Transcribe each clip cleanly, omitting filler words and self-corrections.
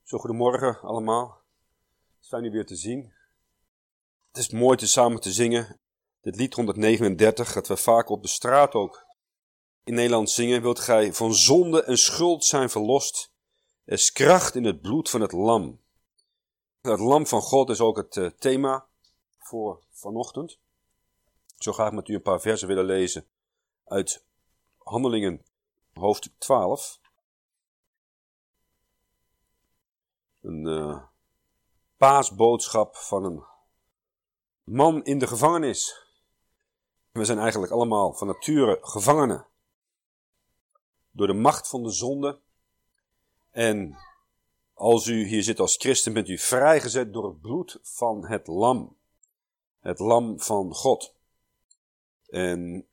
Zo, goedemorgen allemaal. Het is fijn u weer te zien. Het is mooi te samen te zingen. Dit lied 139, dat we vaak op de straat ook in Nederland zingen. Wilt gij van zonde en schuld zijn verlost? Er is kracht in het bloed van het lam. Het lam van God is ook het thema voor vanochtend. Zo ga ik met u een paar versen willen lezen uit Handelingen hoofdstuk 12. Een paasboodschap van een man in de gevangenis. We zijn eigenlijk allemaal van nature gevangenen. Door de macht van de zonde. En als u hier zit als christen, bent u vrijgezet door het bloed van het lam. Het lam van God. En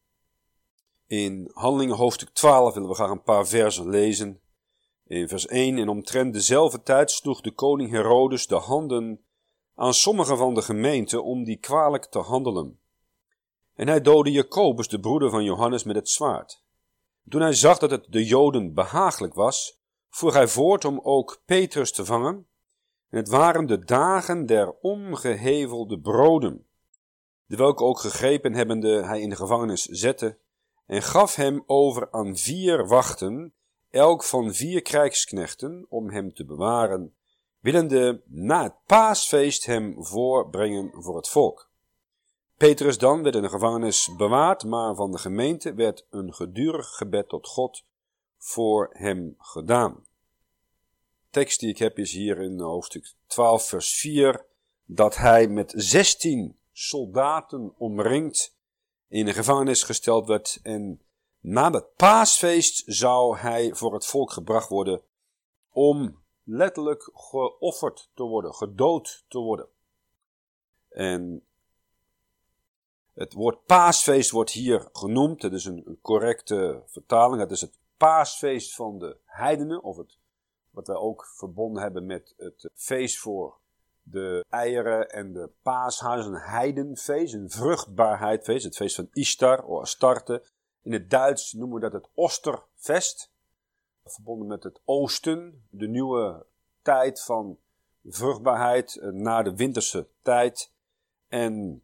in Handelingen hoofdstuk 12 willen we graag een paar versen lezen. In vers 1, en omtrent dezelfde tijd sloeg de koning Herodes de handen aan sommigen van de gemeente om die kwalijk te handelen. En hij doodde Jacobus, de broeder van Johannes, met het zwaard. Toen hij zag dat het de Joden behaaglijk was, voer hij voort om ook Petrus te vangen. En het waren de dagen der ongehevelde broden, de welke ook gegrepen hebbende hij in de gevangenis zette, en gaf hem over aan 4 wachten, elk van 4 krijgsknechten, om hem te bewaren, willende na het paasfeest hem voorbrengen voor het volk. Petrus dan werd in de gevangenis bewaard, maar van de gemeente werd een gedurig gebed tot God voor hem gedaan. De tekst die ik heb is hier in hoofdstuk 12 vers 4, dat hij met 16 soldaten omringd in de gevangenis gesteld werd en na het paasfeest zou hij voor het volk gebracht worden om letterlijk geofferd te worden, gedood te worden. En het woord paasfeest wordt hier genoemd, het is een correcte vertaling, het is het paasfeest van de heidenen, of wat wij ook verbonden hebben met het feest voor de eieren en de paashaas, een heidenfeest, een vruchtbaarheidfeest, het feest van Ishtar of Astarte. In het Duits noemen we dat het Osterfest, verbonden met het oosten, de nieuwe tijd van vruchtbaarheid na de winterse tijd. En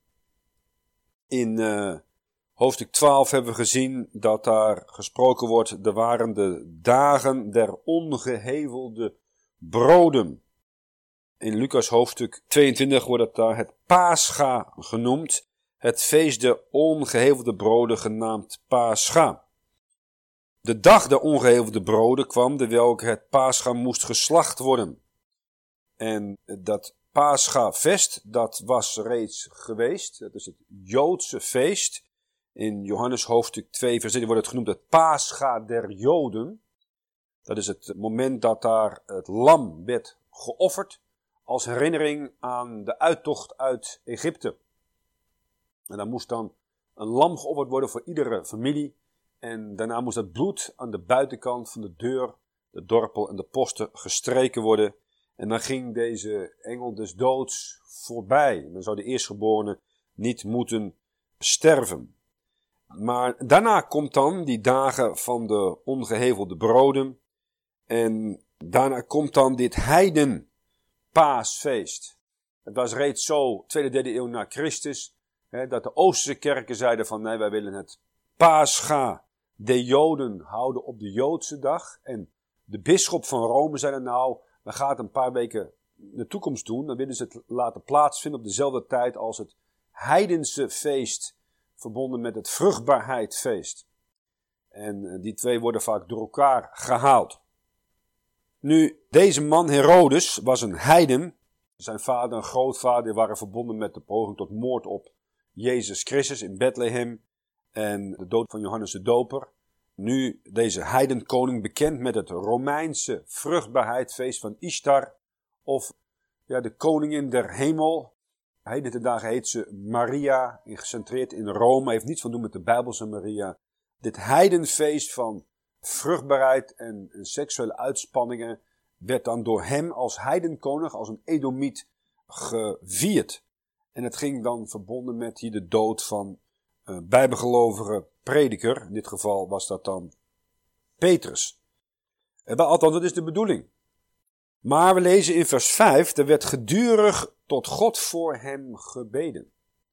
in hoofdstuk 12 hebben we gezien dat daar gesproken wordt, er waren de dagen der ongehevelde broden. In Lucas hoofdstuk 22 wordt het daar het Pascha genoemd. Het feest der ongehevelde broden genaamd Pascha. De dag der ongehevelde broden kwam, de welke het Pascha moest geslacht worden. En dat Paschafest, dat was reeds geweest. Dat is het Joodse feest. In Johannes hoofdstuk 2 vers 1 wordt het genoemd het Pascha der Joden. Dat is het moment dat daar het lam werd geofferd als herinnering aan de uittocht uit Egypte. En dan moest dan een lam geofferd worden voor iedere familie. En daarna moest het bloed aan de buitenkant van de deur, de dorpel en de posten gestreken worden. En dan ging deze engel des doods voorbij. Dan zou de eerstgeborene niet moeten sterven. Maar daarna komt dan die dagen van de ongehevelde broden. En daarna komt dan dit heidenpaasfeest. Het was reeds zo, 2e, 3e eeuw na Christus, dat de Oosterse kerken zeiden van nee, wij willen het Pascha der Joden houden op de Joodse dag. En de bisschop van Rome zei nou, we gaan het een paar weken in de toekomst doen. Dan willen ze het laten plaatsvinden op dezelfde tijd als het heidense feest, verbonden met het vruchtbaarheidfeest. En die twee worden vaak door elkaar gehaald. Nu, deze man Herodes was een heiden. Zijn vader en grootvader waren verbonden met de poging tot moord op Jezus Christus in Bethlehem en de dood van Johannes de Doper. Nu deze heidenkoning bekend met het Romeinse vruchtbaarheidsfeest van Ishtar, of ja, de koningin der hemel. Heden ten dagen heet ze Maria, gecentreerd in Rome, heeft niets van doen met de Bijbelse Maria. Dit heidenfeest van vruchtbaarheid en seksuele uitspanningen werd dan door hem als heidenkoning, als een Edomiet, gevierd. En het ging dan verbonden met hier de dood van een bijbelgelovige prediker. In dit geval was dat dan Petrus. Althans, dat is de bedoeling. Maar we lezen in vers 5, er werd gedurig tot God voor hem gebeden.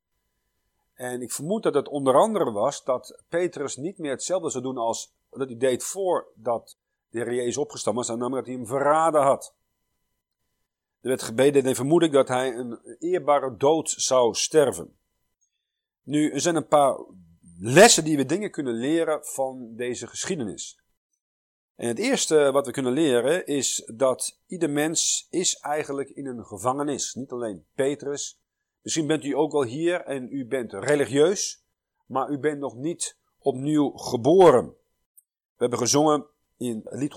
En ik vermoed dat het onder andere was dat Petrus niet meer hetzelfde zou doen als dat hij deed voordat de Heer Jezus opgestaan was, namelijk dat hij hem verraden had. Er werd gebeden en vermoed ik dat hij een eerbare dood zou sterven. Nu, er zijn een paar lessen die we dingen kunnen leren van deze geschiedenis. En het eerste wat we kunnen leren is dat ieder mens is eigenlijk in een gevangenis. Niet alleen Petrus. Misschien bent u ook wel hier en u bent religieus, maar u bent nog niet opnieuw geboren. We hebben gezongen in lied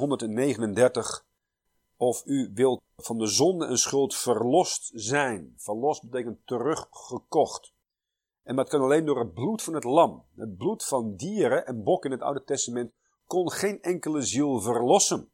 139, of u wilt van de zonde en schuld verlost zijn. Verlost betekent teruggekocht. En dat kan alleen door het bloed van het lam. Het bloed van dieren en bokken in het Oude Testament kon geen enkele ziel verlossen.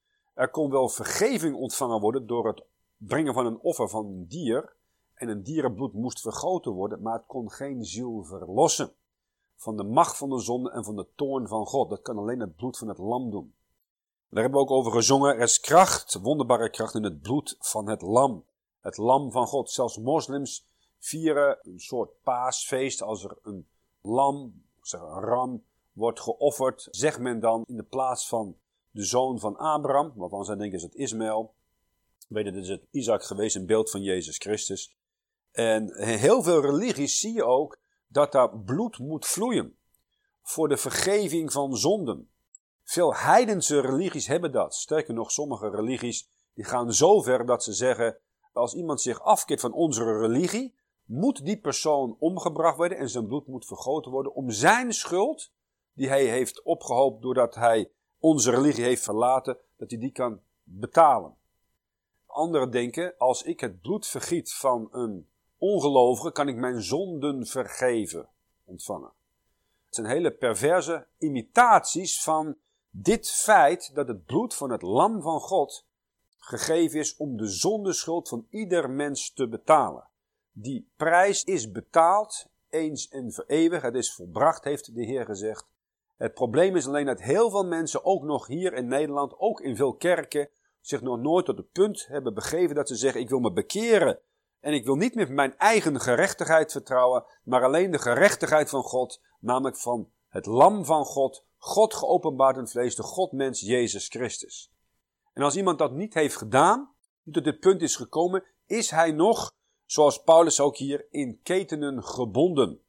Er kon wel vergeving ontvangen worden door het brengen van een offer van een dier. En een dierenbloed moest vergoten worden, maar het kon geen ziel verlossen. Van de macht van de zonde en van de toorn van God. Dat kan alleen het bloed van het lam doen. Daar hebben we ook over gezongen. Er is kracht, wonderbare kracht in het bloed van het lam. Het lam van God. Zelfs moslims vieren een soort paasfeest als er een lam, een ram, wordt geofferd. Zegt men dan in de plaats van de zoon van Abraham, waarvan zij denken is het Ismaël. Weten, het is het Isaac geweest, een beeld van Jezus Christus. En in heel veel religies zie je ook dat daar bloed moet vloeien. Voor de vergeving van zonden. Veel heidense religies hebben dat. Sterker nog, sommige religies die gaan zo ver dat ze zeggen, als iemand zich afkeert van onze religie, moet die persoon omgebracht worden en zijn bloed moet vergoten worden om zijn schuld, die hij heeft opgehoopt doordat hij onze religie heeft verlaten, dat hij die kan betalen. Anderen denken, als ik het bloed vergiet van een ongelovige, kan ik mijn zonden vergeven ontvangen. Het zijn hele perverse imitaties van dit feit dat het bloed van het lam van God gegeven is om de zondeschuld van ieder mens te betalen. Die prijs is betaald, eens en voor eeuwig. Het is volbracht, heeft de Heer gezegd. Het probleem is alleen dat heel veel mensen, ook nog hier in Nederland, ook in veel kerken, zich nog nooit tot het punt hebben begeven dat ze zeggen, ik wil me bekeren. En ik wil niet meer mijn eigen gerechtigheid vertrouwen, maar alleen de gerechtigheid van God, namelijk van het lam van God, God geopenbaard in het vlees, de Godmens Jezus Christus. En als iemand dat niet heeft gedaan, niet tot dit punt is gekomen, is hij nog, zoals Paulus ook hier, in ketenen gebonden.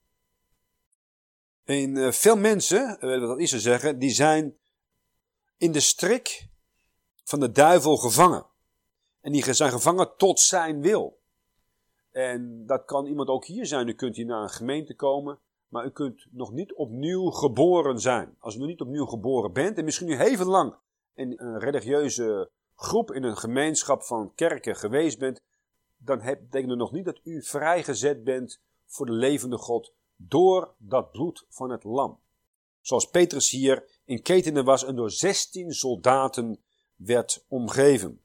En veel mensen, dat is te zeggen, die zijn in de strik van de duivel gevangen. En die zijn gevangen tot zijn wil. En dat kan iemand ook hier zijn. U kunt hier naar een gemeente komen, maar u kunt nog niet opnieuw geboren zijn. Als u nog niet opnieuw geboren bent en misschien u heel lang in een religieuze groep, in een gemeenschap van kerken geweest bent, dan betekent het nog niet dat u vrijgezet bent voor de levende God door dat bloed van het lam. Zoals Petrus hier in ketenen was en door 16 soldaten werd omgeven.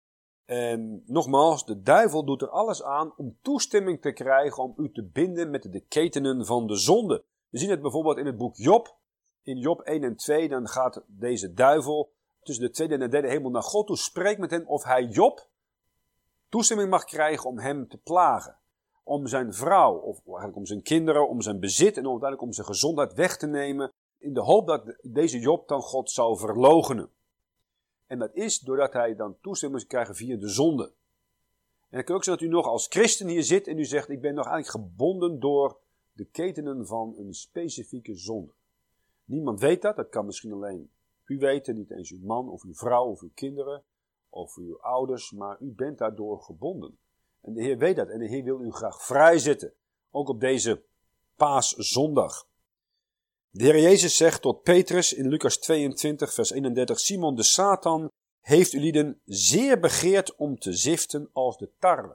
En nogmaals, de duivel doet er alles aan om toestemming te krijgen om u te binden met de ketenen van de zonde. We zien het bijvoorbeeld in het boek Job. In Job 1 en 2, dan gaat deze duivel tussen de tweede en de derde hemel naar God toe, spreekt met hem of hij Job toestemming mag krijgen om hem te plagen. Om zijn vrouw, of eigenlijk om zijn kinderen, om zijn bezit en uiteindelijk om zijn gezondheid weg te nemen, in de hoop dat deze Job dan God zou verloochenen. En dat is doordat hij dan toestemming moet krijgen via de zonde. En het kan ook zijn dat u nog als christen hier zit en u zegt, ik ben nog eigenlijk gebonden door de ketenen van een specifieke zonde. Niemand weet dat, dat kan misschien alleen u weten, niet eens uw man of uw vrouw of uw kinderen of uw ouders, maar u bent daardoor gebonden. En de Heer weet dat en de Heer wil u graag vrijzetten, ook op deze paaszondag. De Heer Jezus zegt tot Petrus in Lucas 22 vers 31, Simon de Satan heeft u lieden zeer begeerd om te ziften als de tarwe.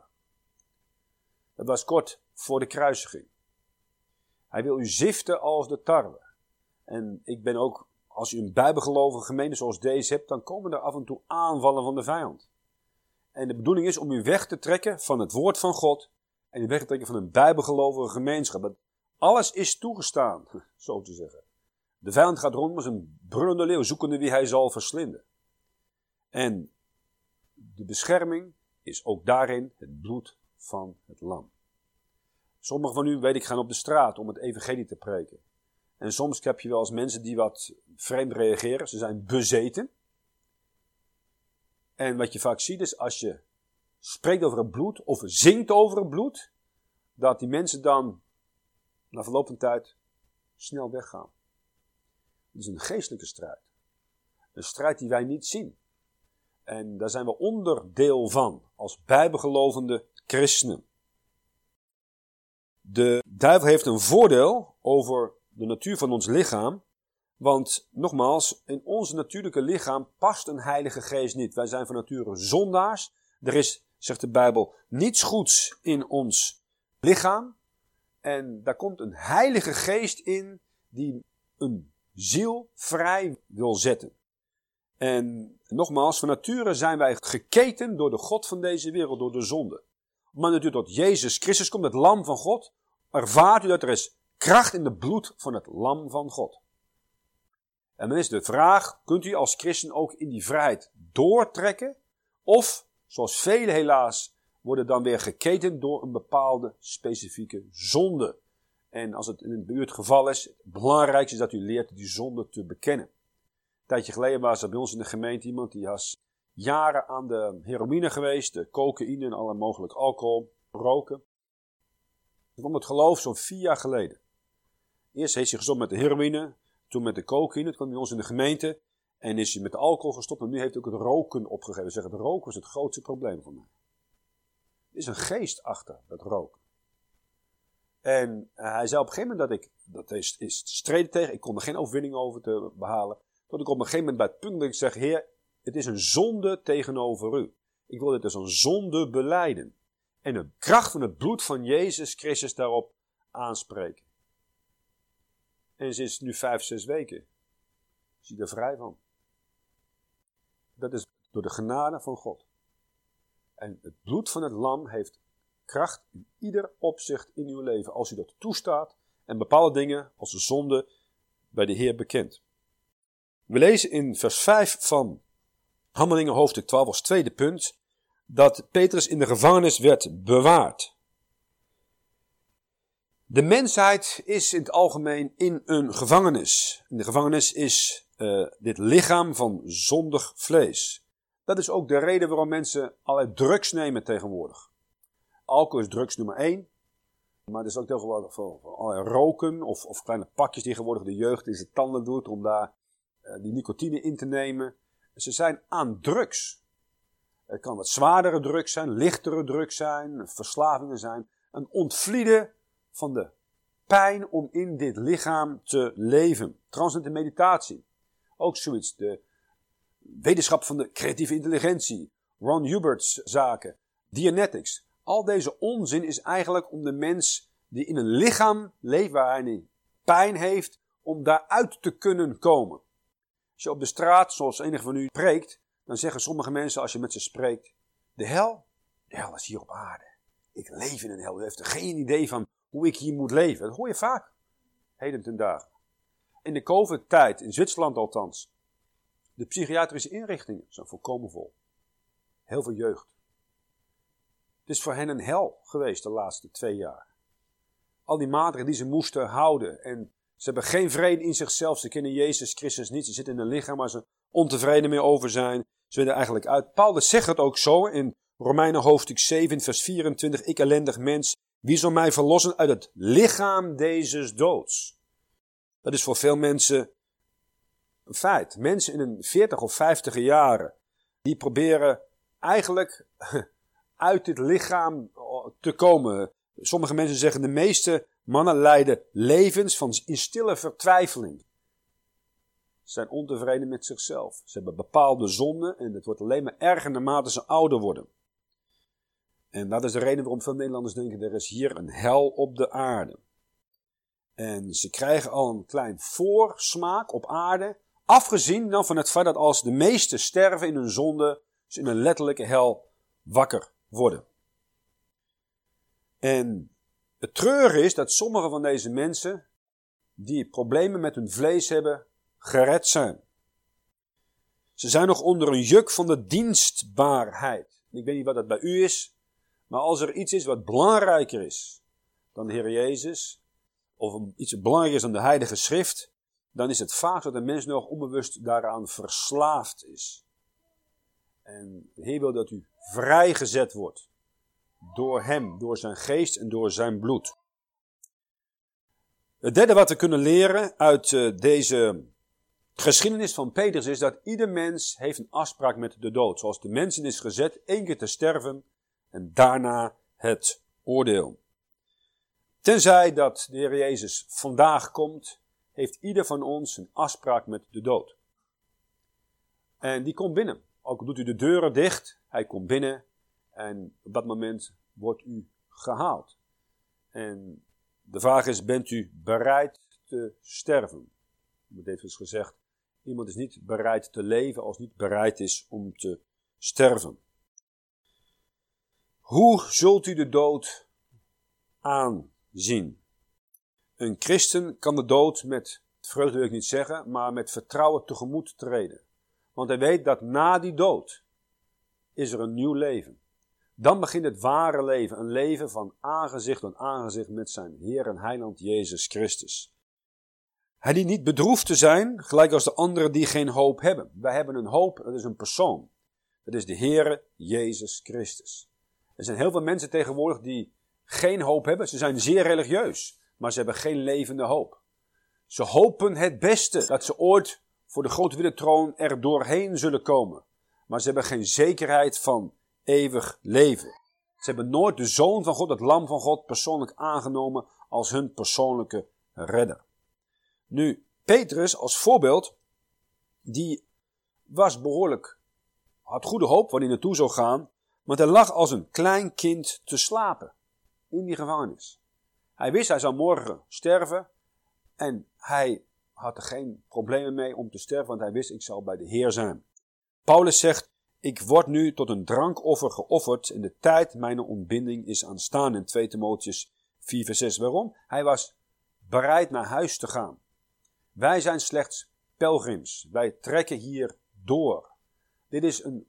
Dat was kort voor de kruisiging. Hij wil u ziften als de tarwe. En ik ben ook, als u een bijbelgelovige gemeente zoals deze hebt, dan komen er af en toe aanvallen van de vijand. En de bedoeling is om u weg te trekken van het woord van God en u weg te trekken van een bijbelgelovige gemeenschap. Alles is toegestaan, zo te zeggen. De vijand gaat rond als een brullende leeuw, zoekende wie hij zal verslinden. En de bescherming is ook daarin het bloed van het lam. Sommigen van u, weet ik, gaan op de straat om het evangelie te preken. En soms heb je wel eens mensen die wat vreemd reageren. Ze zijn bezeten. En wat je vaak ziet is als je spreekt over het bloed of zingt over het bloed, dat die mensen dan na verloop van tijd snel weggaan. Het is een geestelijke strijd. Een strijd die wij niet zien. En daar zijn we onderdeel van als bijbelgelovende christenen. De duivel heeft een voordeel over de natuur van ons lichaam. Want nogmaals, in ons natuurlijke lichaam past een heilige geest niet. Wij zijn van nature zondaars. Er is, zegt de Bijbel, niets goeds in ons lichaam. En daar komt een heilige geest in die een ziel vrij wil zetten. En nogmaals, van nature zijn wij geketen door de God van deze wereld, door de zonde. Maar natuurlijk tot Jezus Christus komt, het lam van God, ervaart u dat er is kracht in het bloed van het lam van God. En dan is de vraag, kunt u als christen ook in die vrijheid doortrekken? Of, zoals velen helaas, worden dan weer geketend door een bepaalde specifieke zonde. En als het in u het geval is, het belangrijkste is dat u leert die zonde te bekennen. Een tijdje geleden was er bij ons in de gemeente iemand die was jaren aan de heroïne geweest, de cocaïne en alle mogelijke alcohol, roken. Toen kwam het geloof zo'n 4 jaar geleden. Eerst heeft hij gestopt met de heroïne, toen met de cocaïne, toen kwam hij bij ons in de gemeente en is hij met de alcohol gestopt en nu heeft hij ook het roken opgegeven. Hij zegt, het roken is het grootste probleem voor mij. Er is een geest achter dat roken. En hij zei op een gegeven moment dat is streden tegen, ik kon er geen overwinning over te behalen. Tot ik op een gegeven moment bij het punt dat ik zeg, Heer, het is een zonde tegenover u. Ik wil dit als een zonde belijden. En de kracht van het bloed van Jezus Christus daarop aanspreken. En ze is nu 5, 6 weken. Is hij er vrij van. Dat is door de genade van God. En het bloed van het lam heeft kracht in ieder opzicht in uw leven. Als u dat toestaat en bepaalde dingen als de zonde bij de Heer bekent. We lezen in vers 5 van Handelingen hoofdstuk 12 als tweede punt dat Petrus in de gevangenis werd bewaard. De mensheid is in het algemeen in een gevangenis. In de gevangenis is dit lichaam van zondig vlees. Dat is ook de reden waarom mensen allerlei drugs nemen tegenwoordig. Alcohol is drugs nummer 1. Maar er is ook tegenwoordig voor allerlei roken of kleine pakjes die tegenwoordig de jeugd in zijn tanden doet om daar die nicotine in te nemen. Ze zijn aan drugs. Het kan wat zwaardere drugs zijn, lichtere drugs zijn, verslavingen zijn. Een ontvlieden van de pijn om in dit lichaam te leven. Transcendente meditatie. Ook zoiets. De wetenschap van de creatieve intelligentie. Ron Hubert's zaken. Dianetics. Al deze onzin is eigenlijk om de mens die in een lichaam leeft waar hij niet pijn heeft, om daaruit te kunnen komen. Als je op de straat, zoals enig van u preekt, dan zeggen sommige mensen als je met ze spreekt, de hel is hier op aarde. Ik leef in een hel. U heeft er geen idee van hoe ik hier moet leven. Dat hoor je vaak. Heden ten dagen. In de COVID-tijd, in Zwitserland althans, de psychiatrische inrichtingen zijn volkomen vol. Heel veel jeugd. Het is voor hen een hel geweest de laatste 2 jaar. Al die maatregelen die ze moesten houden. En ze hebben geen vrede in zichzelf. Ze kennen Jezus Christus niet. Ze zitten in een lichaam waar ze ontevreden mee over zijn. Ze willen eigenlijk uit. Paulus zegt het ook zo in Romeinen hoofdstuk 7 vers 24. Ik ellendig mens, wie zal mij verlossen uit het lichaam deze doods? Dat is voor veel mensen een feit. Mensen in hun 40 of 50 jaren, die proberen eigenlijk uit dit lichaam te komen. Sommige mensen zeggen, de meeste mannen leiden levens van in stille vertwijfeling. Ze zijn ontevreden met zichzelf. Ze hebben bepaalde zonden en het wordt alleen maar erger naarmate ze ouder worden. En dat is de reden waarom veel Nederlanders denken, er is hier een hel op de aarde. En ze krijgen al een klein voorsmaak op aarde, afgezien dan van het feit dat als de meesten sterven in hun zonde, ze in een letterlijke hel wakker worden. En het treurige is dat sommige van deze mensen, die problemen met hun vlees hebben, gered zijn. Ze zijn nog onder een juk van de dienstbaarheid. Ik weet niet wat dat bij u is, maar als er iets is wat belangrijker is dan de Heer Jezus, of iets belangrijker is dan de Heilige Schrift, dan is het vaak dat een mens nog onbewust daaraan verslaafd is. En de Heer wil dat u vrijgezet wordt door Hem, door zijn geest en door zijn bloed. Het derde wat we kunnen leren uit deze geschiedenis van Petrus is dat ieder mens heeft een afspraak met de dood. Zoals de mensen is gezet, 1 keer te sterven en daarna het oordeel. Tenzij dat de Heer Jezus vandaag komt, heeft ieder van ons een afspraak met de dood. En die komt binnen. Ook doet u de deuren dicht, hij komt binnen en op dat moment wordt u gehaald. En de vraag is, bent u bereid te sterven? Het heeft dus gezegd, iemand is niet bereid te leven als niet bereid is om te sterven. Hoe zult u de dood aanzien? Een christen kan de dood met vreugde wil ik niet zeggen, maar met vertrouwen tegemoet treden. Want hij weet dat na die dood is er een nieuw leven. Dan begint het ware leven, een leven van aangezicht tot aangezicht met zijn Heer en Heiland Jezus Christus. Hij dient niet bedroefd te zijn, gelijk als de anderen die geen hoop hebben. Wij hebben een hoop, dat is een persoon. Dat is de Heer Jezus Christus. Er zijn heel veel mensen tegenwoordig die geen hoop hebben. Ze zijn zeer religieus, maar ze hebben geen levende hoop. Ze hopen het beste, dat ze ooit voor de grote witte troon er doorheen zullen komen. Maar ze hebben geen zekerheid van eeuwig leven. Ze hebben nooit de Zoon van God, het Lam van God, persoonlijk aangenomen als hun persoonlijke redder. Nu, Petrus als voorbeeld, die was behoorlijk, had goede hoop waar hij naartoe zou gaan, want hij lag als een klein kind te slapen in die gevangenis. Hij wist hij zou morgen sterven en hij had er geen problemen mee om te sterven, want hij wist ik zal bij de Heer zijn. Paulus zegt, ik word nu tot een drankoffer geofferd en de tijd mijn ontbinding is aanstaan in 2 Timotheüs 4 vers 6. Waarom? Hij was bereid naar huis te gaan. Wij zijn slechts pelgrims. Wij trekken hier door. Dit is een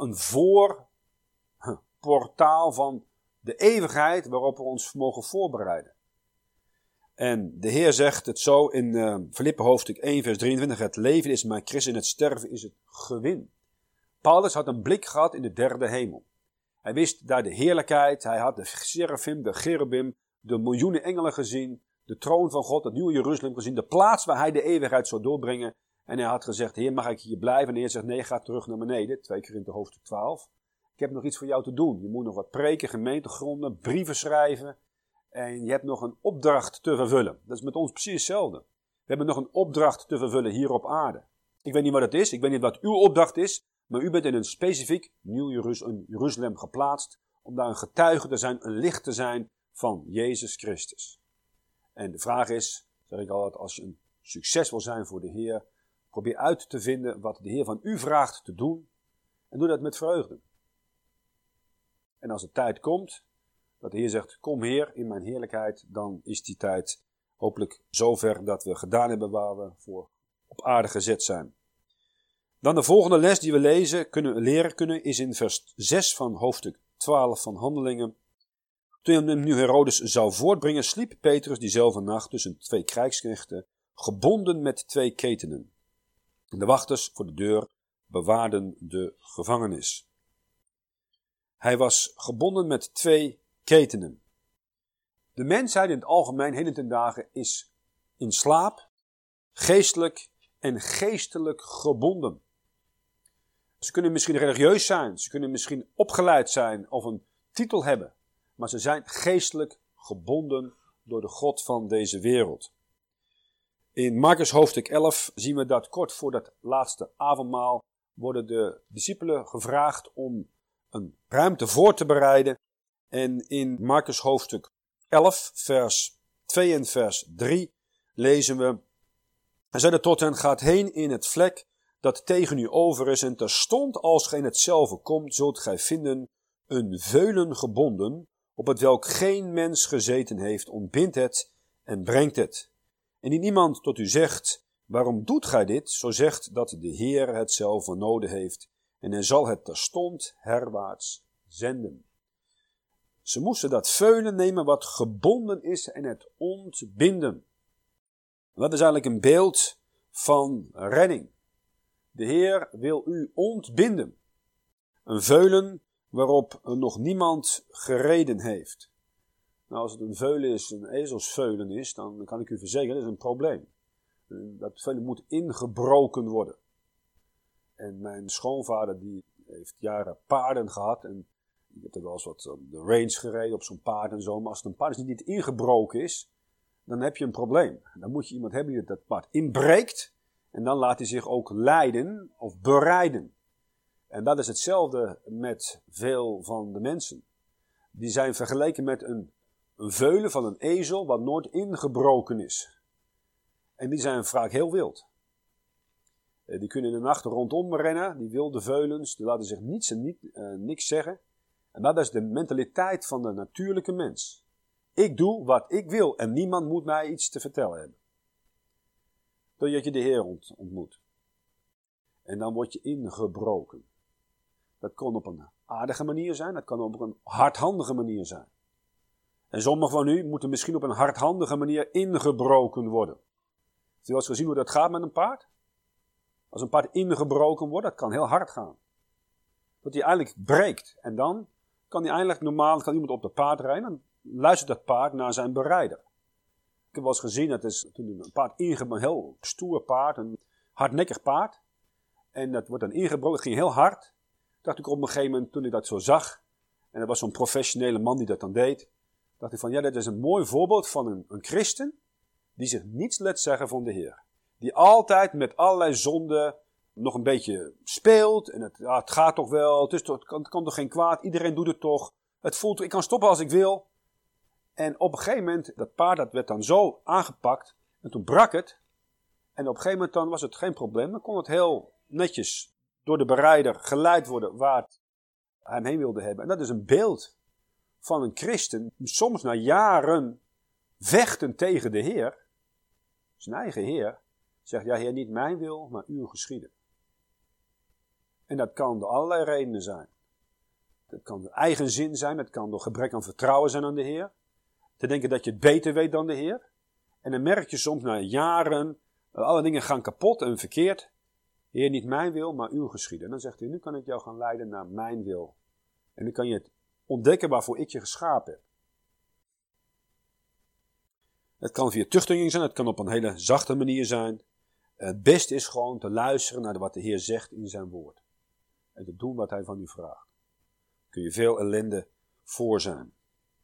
voorportaal van de eeuwigheid waarop we ons mogen voorbereiden. En de Heer zegt het zo in Filippen hoofdstuk 1 vers 23. Het leven is mij Christus en het sterven is het gewin. Paulus had een blik gehad in de derde hemel. Hij wist daar de heerlijkheid. Hij had de seraphim, de cherubim, de miljoenen engelen gezien. De troon van God, het nieuwe Jeruzalem gezien. De plaats waar hij de eeuwigheid zou doorbrengen. En hij had gezegd, Heer, mag ik hier blijven? En de Heer zegt, nee, ga terug naar beneden. 2 Korinthe hoofdstuk 12. Ik heb nog iets voor jou te doen. Je moet nog wat preken, gemeentegronden, brieven schrijven. En je hebt nog een opdracht te vervullen. Dat is met ons precies hetzelfde. We hebben nog een opdracht te vervullen hier op aarde. Ik weet niet wat het is. Ik weet niet wat uw opdracht is. Maar u bent in een specifiek nieuw Jeruzalem geplaatst. Om daar een getuige te zijn, een licht te zijn van Jezus Christus. En de vraag is, zeg ik altijd, als je een succes wil zijn voor de Heer, probeer uit te vinden wat de Heer van u vraagt te doen. En doe dat met vreugde. En als de tijd komt, dat de Heer zegt, kom Heer in mijn heerlijkheid, dan is die tijd hopelijk zover dat we gedaan hebben waar we voor op aarde gezet zijn. Dan de volgende les die we leren kunnen is in vers 6 van hoofdstuk 12 van Handelingen. Toen hem nu Herodes zou voortbrengen, sliep Petrus diezelfde nacht tussen 2 krijgsknechten, gebonden met 2 ketenen. En de wachters voor de deur bewaarden de gevangenis. Hij was gebonden met 2 ketenen. De mensheid in het algemeen, heden ten dagen, is in slaap, geestelijk en geestelijk gebonden. Ze kunnen misschien religieus zijn, ze kunnen misschien opgeleid zijn of een titel hebben. Maar ze zijn geestelijk gebonden door de God van deze wereld. In Markus hoofdstuk 11 zien we dat kort voor dat laatste avondmaal worden de discipelen gevraagd om een ruimte voor te bereiden. En in Markus hoofdstuk 11 vers 2 en vers 3 lezen we. Hij zeide tot hen, gaat heen in het vlek dat tegen u over is en terstond als gij in hetzelfde komt, zult gij vinden een veulen gebonden, op het welk geen mens gezeten heeft, ontbindt het en brengt het. En indien iemand tot u zegt, Waarom doet gij dit? Zo zegt dat de Heer het zelf voor nodig heeft en hij zal het terstond herwaarts zenden. Ze moesten dat veulen nemen wat gebonden is en het ontbinden. Dat is eigenlijk een beeld van redding. De Heer wil u ontbinden. Een veulen waarop nog niemand gereden heeft. Nou, als het een veulen is, een ezelsveulen is, dan kan ik u verzekeren, dat is een probleem. Dat veulen moet ingebroken worden. En mijn schoonvader die heeft jaren paarden gehad en ik heb er wel eens wat op de range gereden op zo'n paard en zo. Maar als het een paard is die niet ingebroken is, dan heb je een probleem. Dan moet je iemand hebben die dat paard inbreekt en dan laat hij zich ook leiden of bereiden. En dat is hetzelfde met veel van de mensen. Die zijn vergeleken met een veulen van een ezel wat nooit ingebroken is. En die zijn vaak heel wild. Die kunnen in de nacht rondom rennen, die wilde veulens, die laten zich niets en niks zeggen. En dat is de mentaliteit van de natuurlijke mens. Ik doe wat ik wil en niemand moet mij iets te vertellen hebben. Totdat je de Heer ontmoet. En dan word je ingebroken. Dat kan op een aardige manier zijn, dat kan op een hardhandige manier zijn. En sommigen van u moeten misschien op een hardhandige manier ingebroken worden. Heb je wel eens gezien hoe dat gaat met een paard? Als een paard ingebroken wordt, dat kan heel hard gaan. Dat hij eigenlijk breekt. En dan kan hij eindelijk normaal, kan iemand op het paard rijden. Dan luistert dat paard naar zijn berijder. Ik heb wel eens gezien, dat is toen een paard een heel stoer paard, een hardnekkig paard. En dat wordt dan ingebroken, het ging heel hard. Dacht ik op een gegeven moment, toen ik dat zo zag, en er was zo'n professionele man die dat dan deed, dacht ik van, ja, dat is een mooi voorbeeld van een christen die zich niets laat zeggen van de Heer. Die altijd met allerlei zonden nog een beetje speelt. En het gaat toch wel, het kan toch geen kwaad, iedereen doet het toch. Het voelt, ik kan stoppen als ik wil. En op een gegeven moment, dat paard dat werd dan zo aangepakt. En toen brak het. En op een gegeven moment dan was het geen probleem. Dan kon het heel netjes door de berijder geleid worden waar hij hem heen wilde hebben. En dat is een beeld van een christen. Soms na jaren vechten tegen de Heer. Zijn eigen Heer. Zegt, ja Heer, niet mijn wil, maar uw geschieden. En dat kan door allerlei redenen zijn. Dat kan door eigen zin zijn, dat kan door gebrek aan vertrouwen zijn aan de Heer. Te denken dat je het beter weet dan de Heer. En dan merk je soms na jaren, dat alle dingen gaan kapot en verkeerd. Heer, niet mijn wil, maar uw geschieden. En dan zegt hij, nu kan ik jou gaan leiden naar mijn wil. En nu kan je het ontdekken waarvoor ik je geschapen heb. Het kan via tuchtiging zijn, het kan op een hele zachte manier zijn. Het beste is gewoon te luisteren naar wat de Heer zegt in zijn woord. En te doen wat hij van u vraagt. Daar kun je veel ellende voor zijn.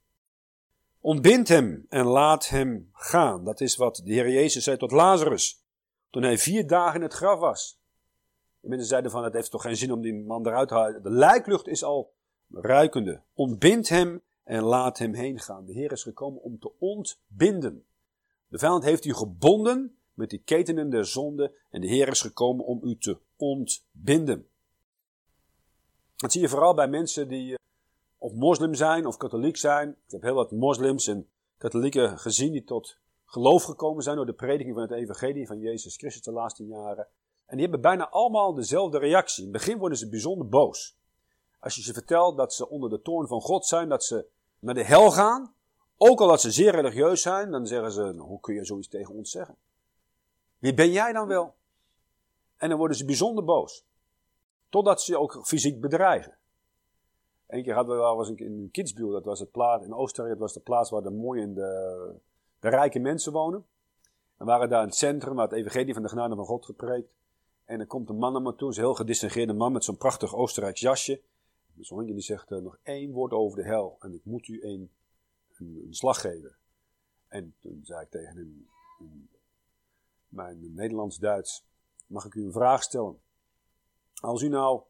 Ontbind hem en laat hem gaan. Dat is wat de Heer Jezus zei tot Lazarus. Toen hij 4 dagen in het graf was. De mensen zeiden van, het heeft toch geen zin om die man eruit te halen. De lijklucht is al ruikende. Ontbind hem en laat hem heen gaan. De Heer is gekomen om te ontbinden. De vijand heeft u gebonden met die ketenen der zonde. En de Heer is gekomen om u te ontbinden. Dat zie je vooral bij mensen die of moslim zijn of katholiek zijn. Ik heb heel wat moslims en katholieken gezien die tot geloof gekomen zijn door de prediking van het evangelie van Jezus Christus de laatste jaren. En die hebben bijna allemaal dezelfde reactie. In het begin worden ze bijzonder boos. Als je ze vertelt dat ze onder de toorn van God zijn, dat ze naar de hel gaan, ook al dat ze zeer religieus zijn, dan zeggen ze, nou, hoe kun je zoiets tegen ons zeggen? Wie ben jij dan wel? En dan worden ze bijzonder boos. Totdat ze je ook fysiek bedreigen. Eén keer was ik in Kitzbühel, dat was het plaats in Oostenrijk, dat was de plaats waar de mooie en de rijke mensen wonen. En we waren daar in het centrum, waar het evangelie van de genade van God gepreekt. En dan komt een man naar me toe, een heel gedistingeerde man met zo'n prachtig Oostenrijks jasje. Zo'n hondje die zegt, nog 1 woord over de hel en ik moet u een slag geven. En toen zei ik tegen hem, in mijn Nederlands-Duits, mag ik u een vraag stellen? Als u nou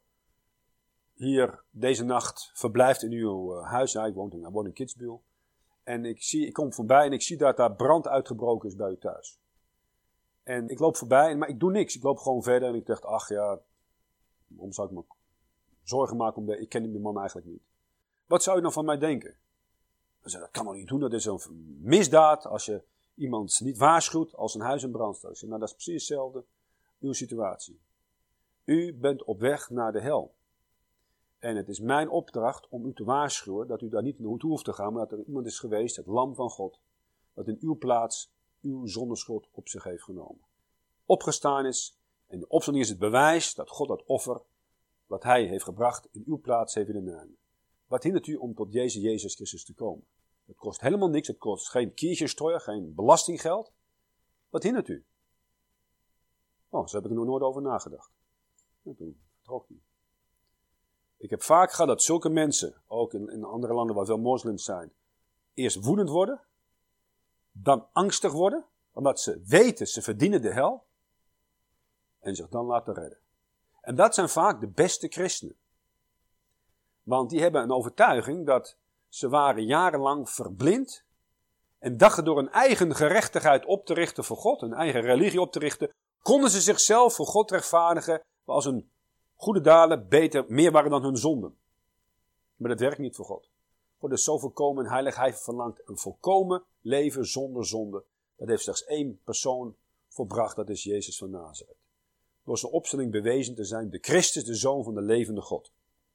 hier deze nacht verblijft in uw huis, ik woon in Kitzbühel, en ik kom voorbij en ik zie dat daar brand uitgebroken is bij u thuis. En ik loop voorbij, maar ik doe niks. Ik loop gewoon verder en ik dacht, ach ja, waarom zou ik me zorgen maken ik ken die man eigenlijk niet. Wat zou u dan van mij denken? Hij zei, dat kan nog niet doen, dat is een misdaad als je iemand niet waarschuwt als een huis in brand staat. Ik zeg, nou dat is precies hetzelfde, uw situatie. U bent op weg naar de hel. En het is mijn opdracht om u te waarschuwen dat u daar niet naartoe hoeft te gaan, maar dat er iemand is geweest, het lam van God, dat in uw plaats uw zondeschuld op zich heeft genomen. Opgestaan is, en de opstanding is het bewijs dat God dat offer, wat hij heeft gebracht, in uw plaats heeft willen nemen. Wat hindert u om tot Jezus Christus te komen? Het kost helemaal niks, het kost geen kirchensteuer, geen belastinggeld. Wat hindert u? Oh, zo heb ik er nog nooit over nagedacht. En toen vertrok hij. Ik heb vaak gehad dat zulke mensen, ook in andere landen waar veel moslims zijn, eerst woedend worden, dan angstig worden, omdat ze weten ze verdienen de hel, en zich dan laten redden. En dat zijn vaak de beste christenen. Want die hebben een overtuiging dat ze waren jarenlang verblind en dachten door een eigen gerechtigheid op te richten voor God, een eigen religie op te richten, konden ze zichzelf voor God rechtvaardigen als hun goede daden beter, meer waren dan hun zonden. Maar dat werkt niet voor God. God is zo volkomen en heilig, hij verlangt een volkomen leven zonder zonde. Dat heeft slechts één persoon volbracht, dat is Jezus van Nazareth. Door zijn opstelling bewezen te zijn, de Christus, de Zoon van de levende God.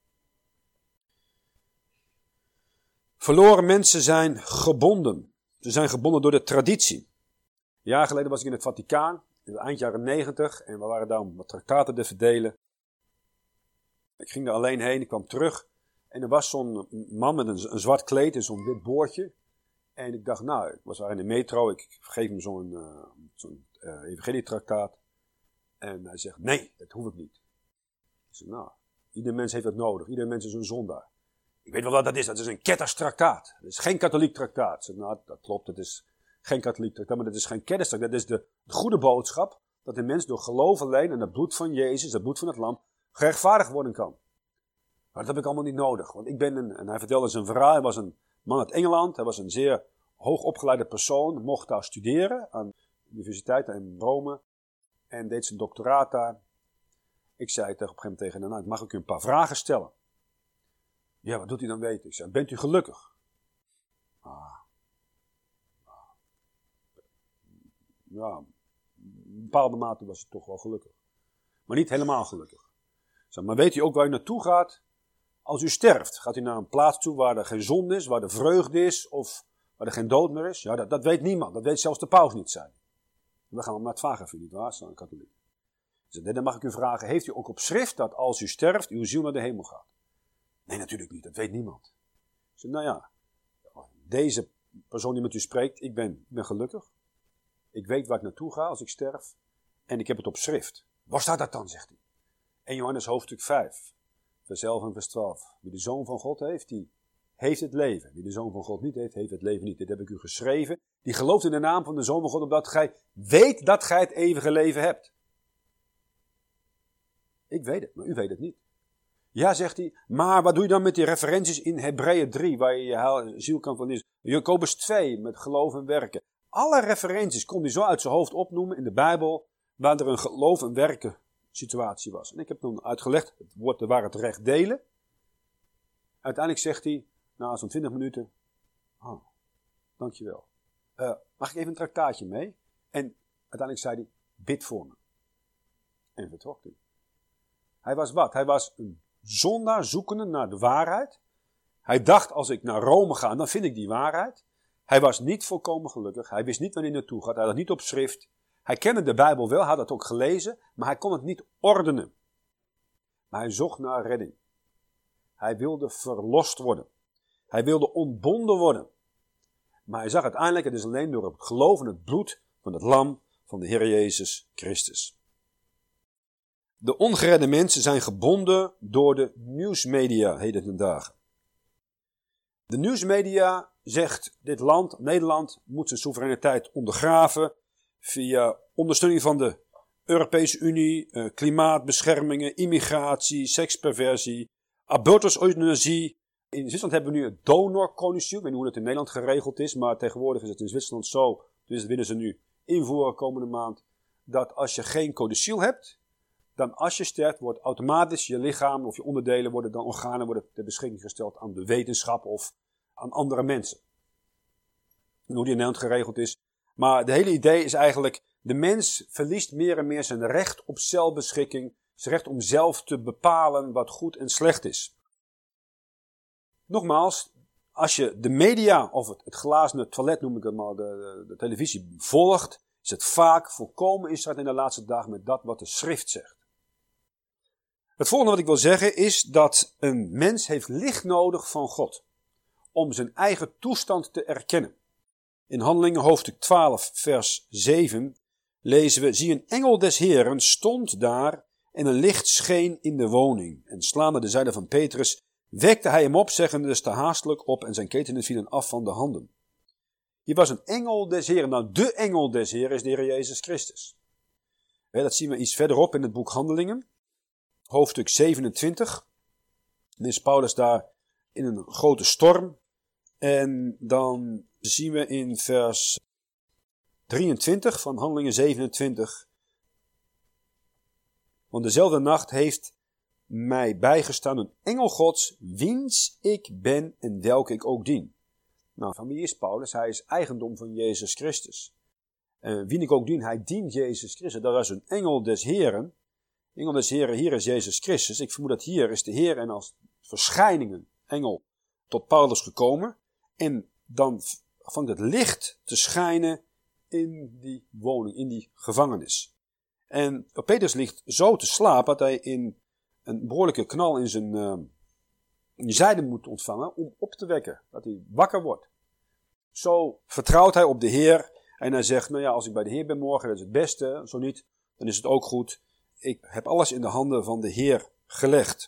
Verloren mensen zijn gebonden. Ze zijn gebonden door de traditie. Een jaar geleden was ik in het Vaticaan, eind jaren 90, en we waren daar om wat traktaten te verdelen. Ik ging er alleen heen, ik kwam terug en er was zo'n man met een zwart kleed en zo'n wit boordje. En ik dacht, nou, ik was daar in de metro, ik geef hem zo'n evangelietraktaat. En hij zegt, nee, dat hoef ik niet. Ik zeg, nou, ieder mens heeft dat nodig, ieder mens is een zondaar. Ik weet wel wat dat is een ketterstraktaat. Dat is geen katholiek traktaat. Ik zeg, nou, dat klopt, het is geen katholiek traktaat, maar dat is geen ketterstraktaat. Dat is de goede boodschap dat de mens door geloof alleen in het bloed van Jezus, het bloed van het lam, gerechtvaardigd worden kan. Maar dat heb ik allemaal niet nodig. Want ik ben en hij vertelde zijn verhaal, hij was een man uit Engeland, hij was een zeer hoogopgeleide persoon, mocht daar studeren aan de universiteit in Rome en deed zijn doctoraat daar. Ik zei op een gegeven moment tegen hem, nou, mag ik u een paar vragen stellen? Ja, wat doet hij dan weten? Ik zei, bent u gelukkig? Ja, in bepaalde mate was hij toch wel gelukkig. Maar niet helemaal gelukkig. Ik zei, maar weet u ook waar u naartoe gaat? Als u sterft, gaat u naar een plaats toe waar er geen zonde is, waar er vreugde is of waar er geen dood meer is? Ja, dat weet niemand. Dat weet zelfs de paus niet, zei hij. We gaan naar het vagevuur, niet waar? Zo'n katholiek. Dan mag ik u vragen, heeft u ook op schrift dat als u sterft, uw ziel naar de hemel gaat? Nee, natuurlijk niet. Dat weet niemand. Ik zei, nou ja, deze persoon die met u spreekt, ik ben gelukkig. Ik weet waar ik naartoe ga als ik sterf. En ik heb het op schrift. Waar staat dat dan, zegt hij. 1 Johannes hoofdstuk 5, vers 11 en vers 12. Wie de Zoon van God heeft, die heeft het leven. Wie de Zoon van God niet heeft, heeft het leven niet. Dit heb ik u geschreven. Die gelooft in de naam van de Zoon van God, opdat gij weet dat gij het eeuwige leven hebt. Ik weet het, maar u weet het niet. Ja, zegt hij, maar wat doe je dan met die referenties in Hebreeën 3, waar je je ziel kan van is. Jacobus 2, met geloof en werken. Alle referenties kon hij zo uit zijn hoofd opnoemen in de Bijbel, waar er een geloof en werken situatie was. En ik heb toen uitgelegd, het woord waar het recht delen. Uiteindelijk zegt hij, na zo'n 20 minuten, dankjewel. Mag ik even een traktaatje mee? En uiteindelijk zei hij, bid voor me. En vertrok hij. Hij was wat? Hij was een zondaar zoekende naar de waarheid. Hij dacht, als ik naar Rome ga, dan vind ik die waarheid. Hij was niet volkomen gelukkig. Hij wist niet waar hij naartoe gaat. Hij had het niet op schrift. Hij kende de Bijbel wel, hij had het ook gelezen, maar hij kon het niet ordenen. Maar hij zocht naar redding. Hij wilde verlost worden. Hij wilde ontbonden worden. Maar hij zag uiteindelijk, het is alleen door het geloof in het bloed van het lam van de Heer Jezus Christus. De ongeredde mensen zijn gebonden door de nieuwsmedia heden ten dagen. De nieuwsmedia zegt, dit land, Nederland, moet zijn soevereiniteit ondergraven via ondersteuning van de Europese Unie, klimaatbeschermingen, immigratie, seksperversie, abortus, euthanasie. In Zwitserland hebben we nu het donorcodicil. Ik weet niet hoe dat in Nederland geregeld is, maar tegenwoordig is het in Zwitserland zo, dus dat willen ze nu invoeren komende maand, dat als je geen codicil hebt, dan als je sterft, wordt automatisch je lichaam of je onderdelen worden dan organen worden ter beschikking gesteld aan de wetenschap of aan andere mensen. En hoe die in Nederland geregeld is, Maar de hele idee is eigenlijk, de mens verliest meer en meer zijn recht op zelfbeschikking, zijn recht om zelf te bepalen wat goed en slecht is. Nogmaals, als je de media, of het glazene toilet noem ik het maar, de televisie volgt, is het vaak volkomen in strijd in de laatste dagen met dat wat de schrift zegt. Het volgende wat ik wil zeggen is dat een mens heeft licht nodig van God om zijn eigen toestand te erkennen. In Handelingen hoofdstuk 12 vers 7 lezen we: zie, een engel des Heeren stond daar en een licht scheen in de woning. En slaande de zijde van Petrus wekte hij hem op, zeggende: sta haastelijk op, en zijn ketenen vielen af van de handen. Hier was een engel des Heeren. Nou, de engel des Heeren is de Heer Jezus Christus. Dat zien we iets verderop in het boek Handelingen, hoofdstuk 27. Dan is Paulus daar in een grote storm. En dan zien we in vers 23 van Handelingen 27. Want dezelfde nacht heeft mij bijgestaan een engel Gods, wiens ik ben en welke ik ook dien. Nou, van wie is Paulus? Hij is eigendom van Jezus Christus. En wie ik ook dien, hij dient Jezus Christus. Dat is een engel des Heren. Engel des Heren, hier is Jezus Christus. Ik vermoed dat hier is de Heer en als verschijningen engel tot Paulus gekomen. En dan vangt het licht te schijnen in die woning, in die gevangenis. En Petrus ligt zo te slapen dat hij in een behoorlijke knal in zijn zijde moet ontvangen om op te wekken. Dat hij wakker wordt. Zo vertrouwt hij op de Heer en hij zegt, nou ja, als ik bij de Heer ben morgen, dat is het beste. Zo niet, dan is het ook goed. Ik heb alles in de handen van de Heer gelegd.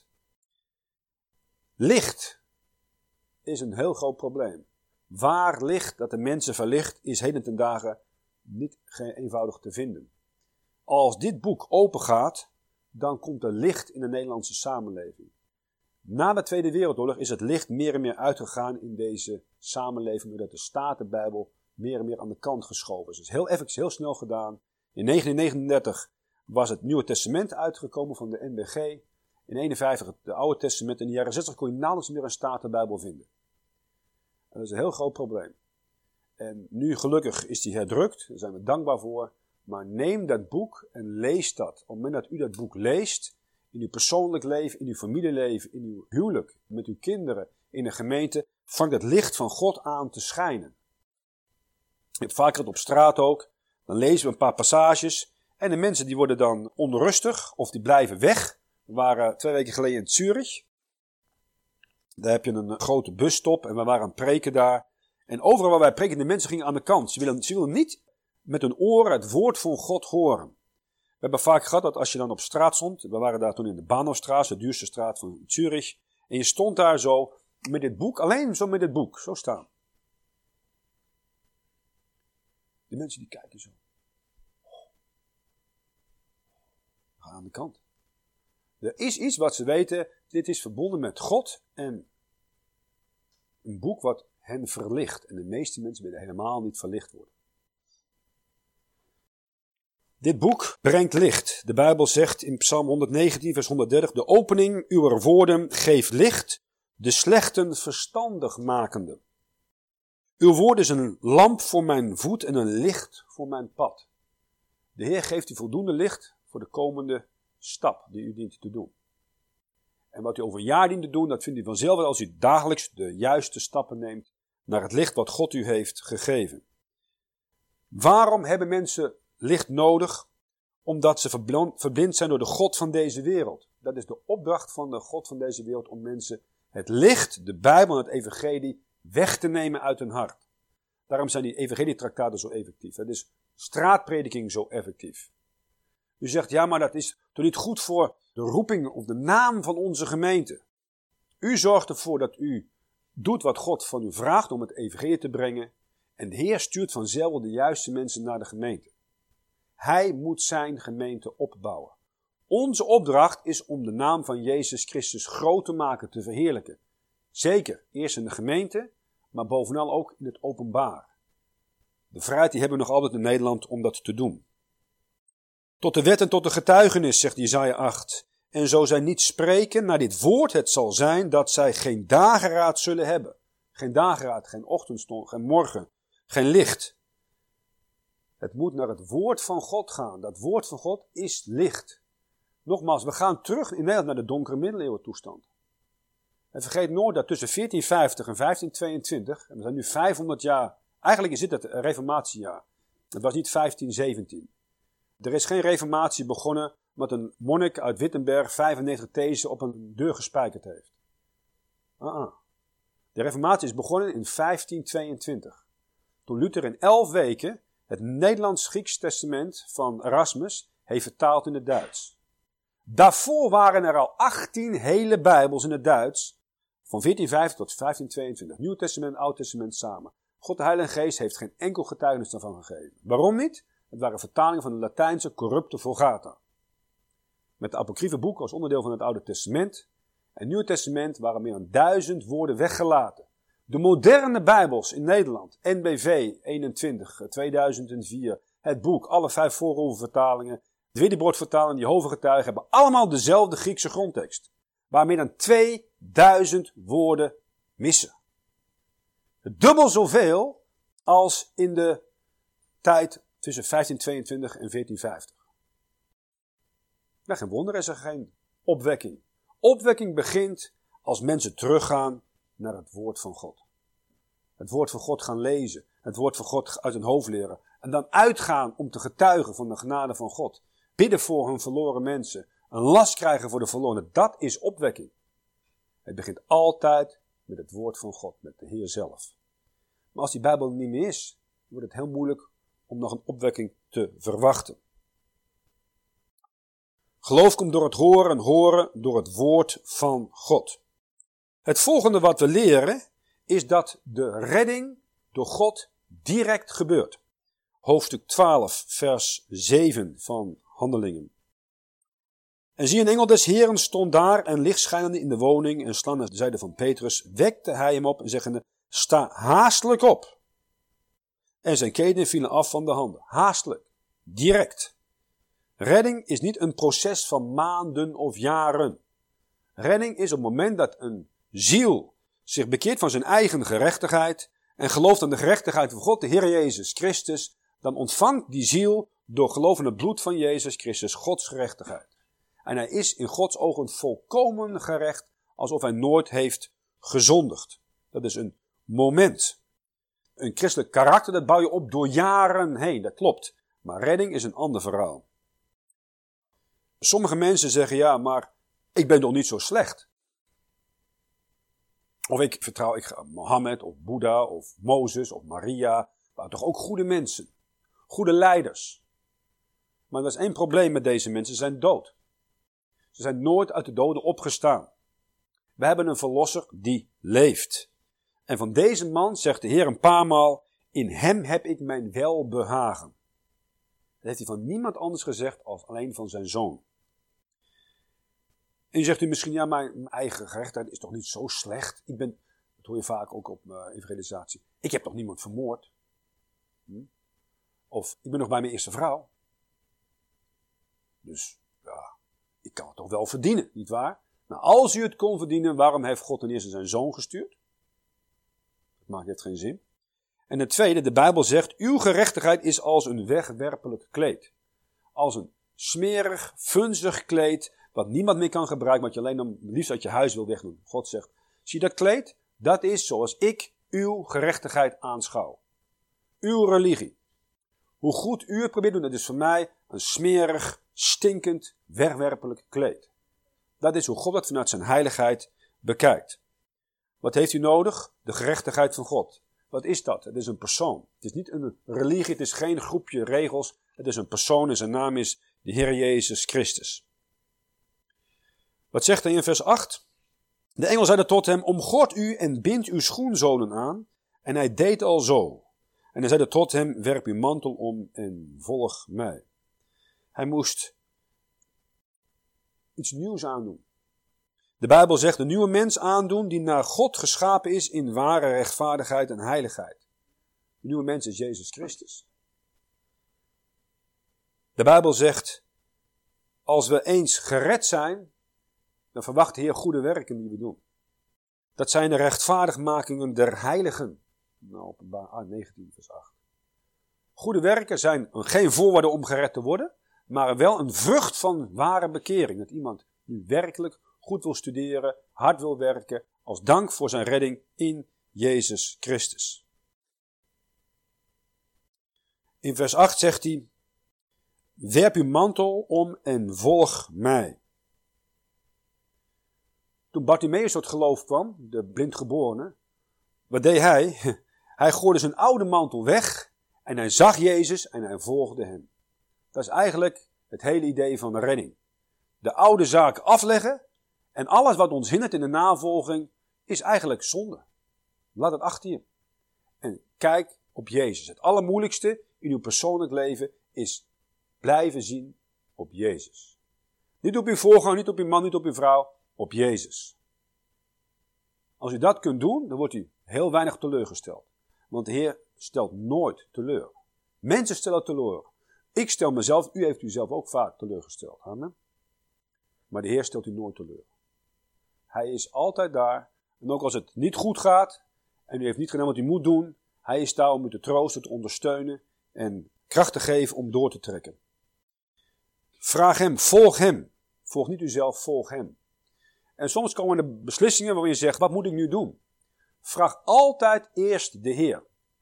Licht is een heel groot probleem. Waar licht dat de mensen verlicht is heden ten dagen niet eenvoudig te vinden. Als dit boek open gaat, dan komt er licht in de Nederlandse samenleving. Na de Tweede Wereldoorlog is het licht meer en meer uitgegaan in deze samenleving, doordat de Statenbijbel meer en meer aan de kant geschoven is. Dus heel effectief, heel snel gedaan. In 1939 was het Nieuwe Testament uitgekomen van de NBG. In 1951 het Oude Testament. In de jaren 60 kon je nauwelijks meer een Statenbijbel vinden. Dat is een heel groot probleem. En nu gelukkig is die herdrukt, daar zijn we dankbaar voor. Maar neem dat boek en lees dat. Op het moment dat u dat boek leest, in uw persoonlijk leven, in uw familieleven, in uw huwelijk, met uw kinderen, in de gemeente, vangt het licht van God aan te schijnen. Je hebt vaker het op straat ook, dan lezen we een paar passages en de mensen die worden dan onrustig of die blijven weg. We waren 2 weken geleden in Zurich. Daar heb je een grote busstop en we waren aan het preken daar. En overal waar wij preken, de mensen gingen aan de kant. Ze willen niet met hun oren het woord van God horen. We hebben vaak gehad dat als je dan op straat stond, we waren daar toen in de Bahnhofstraat, de duurste straat van Zurich, en je stond daar zo met dit boek, alleen zo met dit boek, zo staan. De mensen die kijken zo. Gaan aan de kant. Er is iets wat ze weten, dit is verbonden met God en een boek wat hen verlicht. En de meeste mensen willen helemaal niet verlicht worden. Dit boek brengt licht. De Bijbel zegt in Psalm 119 vers 130, de opening uwer woorden geeft licht, de slechten verstandig makende. Uw woord is een lamp voor mijn voet en een licht voor mijn pad. De Heer geeft u voldoende licht voor de komende stap die u dient te doen. En wat u over een jaar dient te doen, dat vindt u vanzelf als u dagelijks de juiste stappen neemt naar het licht wat God u heeft gegeven. Waarom hebben mensen licht nodig? Omdat ze verblind zijn door de God van deze wereld. Dat is de opdracht van de God van deze wereld om mensen het licht, de Bijbel en het evangelie weg te nemen uit hun hart. Daarom zijn die evangelietraktaten zo effectief. Het is straatprediking zo effectief. U zegt, ja, maar dat is toch niet goed voor de roeping of de naam van onze gemeente. U zorgt ervoor dat u doet wat God van u vraagt om het evangelie te brengen. En de Heer stuurt vanzelf de juiste mensen naar de gemeente. Hij moet zijn gemeente opbouwen. Onze opdracht is om de naam van Jezus Christus groot te maken, te verheerlijken. Zeker, eerst in de gemeente, maar bovenal ook in het openbaar. De vrijheid die hebben we nog altijd in Nederland om dat te doen. Tot de wet en tot de getuigenis, zegt Jesaja 8. En zo zij niet spreken naar dit woord, het zal zijn dat zij geen dageraad zullen hebben. Geen dageraad, geen ochtendstond, geen morgen, geen licht. Het moet naar het woord van God gaan. Dat woord van God is licht. Nogmaals, we gaan terug in Nederland naar de donkere middeleeuwen toestand. En vergeet nooit dat tussen 1450 en 1522, en we zijn nu 500 jaar, eigenlijk is dit het reformatiejaar. Het was niet 1517. Er is geen reformatie begonnen omdat een monnik uit Wittenberg 95 thesen op een deur gespijkerd heeft. De reformatie is begonnen in 1522. Toen Luther in 11 weken het Nederlands-Grieks testament van Erasmus heeft vertaald in het Duits. Daarvoor waren er al 18 hele Bijbels in het Duits, van 1450 tot 1522. Nieuw Testament en Oud Testament samen. God de Heilige Geest heeft geen enkel getuigenis daarvan gegeven. Waarom niet? Het waren vertalingen van de Latijnse corrupte Vulgata. Met de apocryfe boeken als onderdeel van het Oude Testament. En het Nieuwe Testament waren meer dan 1000 woorden weggelaten. De moderne Bijbels in Nederland, NBV 21, 2004, het boek, alle 5 voorhoevenvertalingen, de Widderbord-vertaling, Jehovah-getuigen, hebben allemaal dezelfde Griekse grondtekst. Waar meer dan 2000 woorden missen. Dubbel zoveel als in de tijd tussen 1522 en 1450. Nou, geen wonder is er geen opwekking. Opwekking begint als mensen teruggaan naar het woord van God. Het woord van God gaan lezen. Het woord van God uit hun hoofd leren. En dan uitgaan om te getuigen van de genade van God. Bidden voor hun verloren mensen. Een last krijgen voor de verlorenen. Dat is opwekking. Het begint altijd met het woord van God, met de Heer zelf. Maar als die Bijbel niet meer is, wordt het heel moeilijk om nog een opwekking te verwachten. Geloof komt door het horen en horen door het woord van God. Het volgende wat we leren is dat de redding door God direct gebeurt. Hoofdstuk 12, vers 7 van Handelingen. En zie, een engel des Heeren stond daar en licht schijnende in de woning en slaande aan de zijde van Petrus, wekte hij hem op en zeggende, sta haastelijk op. En zijn ketenen vielen af van de handen. Haastelijk. Direct. Redding is niet een proces van maanden of jaren. Redding is op het moment dat een ziel zich bekeert van zijn eigen gerechtigheid en gelooft aan de gerechtigheid van God, de Heer Jezus Christus, dan ontvangt die ziel door geloof in het bloed van Jezus Christus Gods gerechtigheid. En hij is in Gods ogen volkomen gerecht, alsof hij nooit heeft gezondigd. Dat is een moment. Een christelijk karakter, dat bouw je op door jaren heen, dat klopt. Maar redding is een ander verhaal. Sommige mensen zeggen, ja, maar ik ben toch niet zo slecht. Of ik vertrouw Mohammed, of Boeddha, of Mozes, of Maria. waren toch ook goede mensen. Goede leiders. Maar er is één probleem met deze mensen, ze zijn dood. Ze zijn nooit uit de doden opgestaan. We hebben een verlosser die leeft. En van deze man zegt de Heer een paar maal, in hem heb ik mijn welbehagen. Dat heeft hij van niemand anders gezegd als alleen van zijn zoon. En je zegt u misschien, ja, mijn eigen gerechtigheid is toch niet zo slecht? Dat hoor je vaak ook op evangelisatie. Ik heb toch niemand vermoord? Of ik ben nog bij mijn eerste vrouw. Dus ja, ik kan het toch wel verdienen, nietwaar? Nou, als u het kon verdienen, waarom heeft God ten eerste zijn zoon gestuurd? Dat heeft geen zin. En het tweede, de Bijbel zegt, uw gerechtigheid is als een wegwerpelijk kleed. Als een smerig, vunzig kleed, wat niemand meer kan gebruiken, wat je alleen dan liefst uit je huis wil wegdoen. God zegt, zie dat kleed? Dat is zoals ik uw gerechtigheid aanschouw. Uw religie. Hoe goed u het probeert te doen, dat is voor mij een smerig, stinkend, wegwerpelijk kleed. Dat is hoe God het vanuit zijn heiligheid bekijkt. Wat heeft u nodig? De gerechtigheid van God. Wat is dat? Het is een persoon. Het is niet een religie, het is geen groepje regels. Het is een persoon en zijn naam is de Heer Jezus Christus. Wat zegt hij in vers 8? De engel zeide tot hem, omgord u en bind uw schoenzolen aan. En hij deed al zo. En hij zeide tot hem, werp uw mantel om en volg mij. Hij moest iets nieuws aandoen. De Bijbel zegt, een nieuwe mens aandoen die naar God geschapen is in ware rechtvaardigheid en heiligheid. De nieuwe mens is Jezus Christus. De Bijbel zegt, als we eens gered zijn, dan verwacht de Heer goede werken die we doen. Dat zijn de rechtvaardigmakingen der heiligen. Nou, Openbaar 19 vers 8. Goede werken zijn geen voorwaarde om gered te worden, maar wel een vrucht van ware bekering. Dat iemand nu werkelijk goed wil studeren, hard wil werken, als dank voor zijn redding in Jezus Christus. In vers 8 zegt hij, werp uw mantel om en volg mij. Toen Bartimaeus tot geloof kwam, de blindgeborene, wat deed hij? Hij gooide zijn oude mantel weg en hij zag Jezus en hij volgde hem. Dat is eigenlijk het hele idee van de redding. De oude zaak afleggen en alles wat ons hindert in de navolging is eigenlijk zonde. Laat het achter je. En kijk op Jezus. Het allermoeilijkste in uw persoonlijk leven is blijven zien op Jezus. Niet op uw voorganger, niet op uw man, niet op uw vrouw, op Jezus. Als u dat kunt doen, dan wordt u heel weinig teleurgesteld. Want de Heer stelt nooit teleur. Mensen stellen teleur. Ik stel mezelf, u heeft u zelf ook vaak teleurgesteld. Amen. Maar de Heer stelt u nooit teleur. Hij is altijd daar. En ook als het niet goed gaat en u heeft niet gedaan wat u moet doen, hij is daar om u te troosten, te ondersteunen en kracht te geven om door te trekken. Vraag hem, volg hem. Volg niet uzelf, volg hem. En soms komen er beslissingen waarin je zegt, wat moet ik nu doen? Vraag altijd eerst de Heer.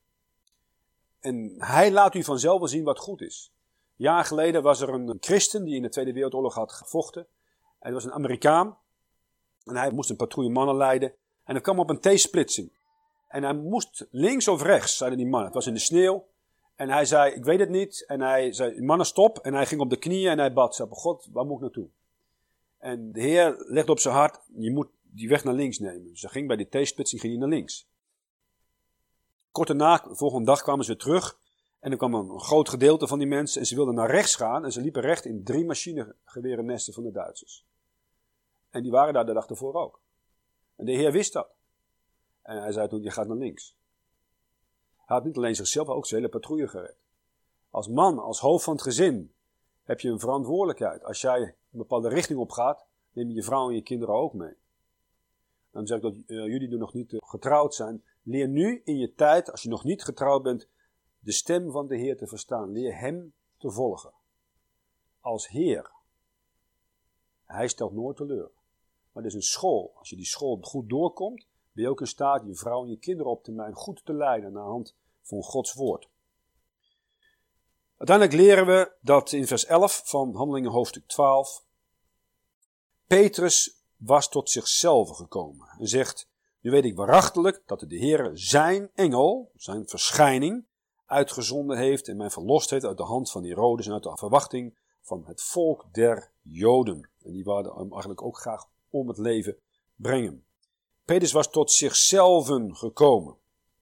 En hij laat u vanzelf wel zien wat goed is. Een jaar geleden was er een christen die in de Tweede Wereldoorlog had gevochten. En dat was een Amerikaan. En hij moest een patrouille mannen leiden. En hij kwam op een T-splitsing. En hij moest links of rechts, zeiden die mannen. Het was in de sneeuw. En hij zei, ik weet het niet. En hij zei, mannen stop. En hij ging op de knieën en hij bad. Zei, God, waar moet ik naartoe? En de Heer legde op zijn hart, je moet die weg naar links nemen. Dus hij ging bij die T-splitsing ging hij naar links. Kort daarna, de volgende dag kwamen ze weer terug. En er kwam een groot gedeelte van die mensen. En ze wilden naar rechts gaan. En ze liepen recht in 3 machinegewerennesten van de Duitsers. En die waren daar de dag ervoor ook. En de Heer wist dat. En hij zei toen, je gaat naar links. Hij had niet alleen zichzelf, maar ook zijn hele patrouille gered. Als man, als hoofd van het gezin, heb je een verantwoordelijkheid. Als jij een bepaalde richting op gaat, neem je je vrouw en je kinderen ook mee. Dan zeg ik dat jullie die nog niet getrouwd zijn. Leer nu in je tijd, als je nog niet getrouwd bent, de stem van de Heer te verstaan. Leer hem te volgen. Als Heer. Hij stelt nooit teleur. Maar het is een school. Als je die school goed doorkomt, ben je ook in staat je vrouw en je kinderen op termijn goed te leiden naar de hand van Gods woord. Uiteindelijk leren we dat in vers 11 van Handelingen hoofdstuk 12, Petrus was tot zichzelf gekomen en zegt, nu weet ik waarachtig dat de Heer zijn engel, zijn verschijning, uitgezonden heeft en mij verlost heeft uit de hand van Herodes en uit de verwachting van het volk der Joden. En die wilden hem eigenlijk ook graag om het leven brengen. Petrus was tot zichzelf gekomen.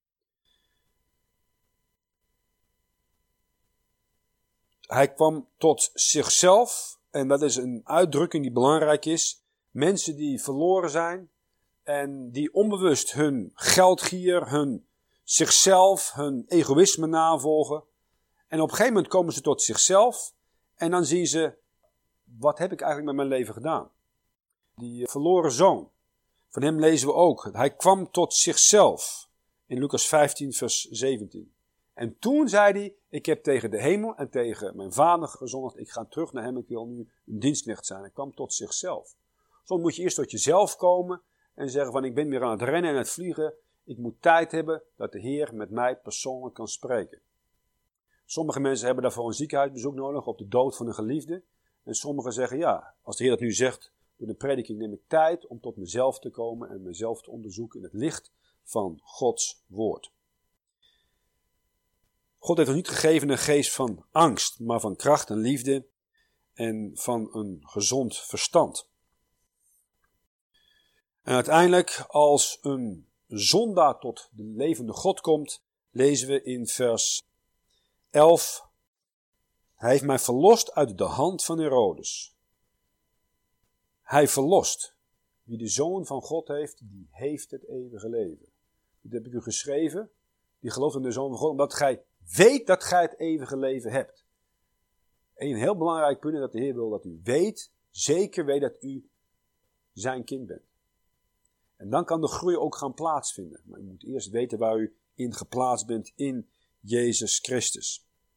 Hij kwam tot zichzelf, en dat is een uitdrukking die belangrijk is. Mensen die verloren zijn en die onbewust hun geldgier, hun zichzelf, hun egoïsme navolgen. En op een gegeven moment komen ze tot zichzelf en dan zien ze, wat heb ik eigenlijk met mijn leven gedaan? Die verloren zoon, van hem lezen we ook, hij kwam tot zichzelf in Lucas 15 vers 17. En toen zei hij, ik heb tegen de hemel en tegen mijn vader gezondigd, ik ga terug naar hem, ik wil nu een dienstknecht zijn. Hij kwam tot zichzelf. Soms moet je eerst tot jezelf komen en zeggen van ik ben weer aan het rennen en het vliegen. Ik moet tijd hebben dat de Heer met mij persoonlijk kan spreken. Sommige mensen hebben daarvoor een ziekenhuisbezoek nodig op de dood van een geliefde. En sommigen zeggen ja, als de Heer dat nu zegt, door de prediking neem ik tijd om tot mezelf te komen en mezelf te onderzoeken in het licht van Gods woord. God heeft ons niet gegeven een geest van angst, maar van kracht en liefde en van een gezond verstand. En uiteindelijk, als een zondaar tot de levende God komt, lezen we in vers 11. Hij heeft mij verlost uit de hand van Herodes. Hij verlost. Wie de Zoon van God heeft, die heeft het eeuwige leven. Dit heb ik u geschreven. Die gelooft in de Zoon van God, omdat gij weet dat gij het eeuwige leven hebt. Een heel belangrijk punt is dat de Heer wil dat u weet, zeker weet dat u zijn kind bent. En dan kan de groei ook gaan plaatsvinden. Maar u moet eerst weten waar u in geplaatst bent in Jezus Christus.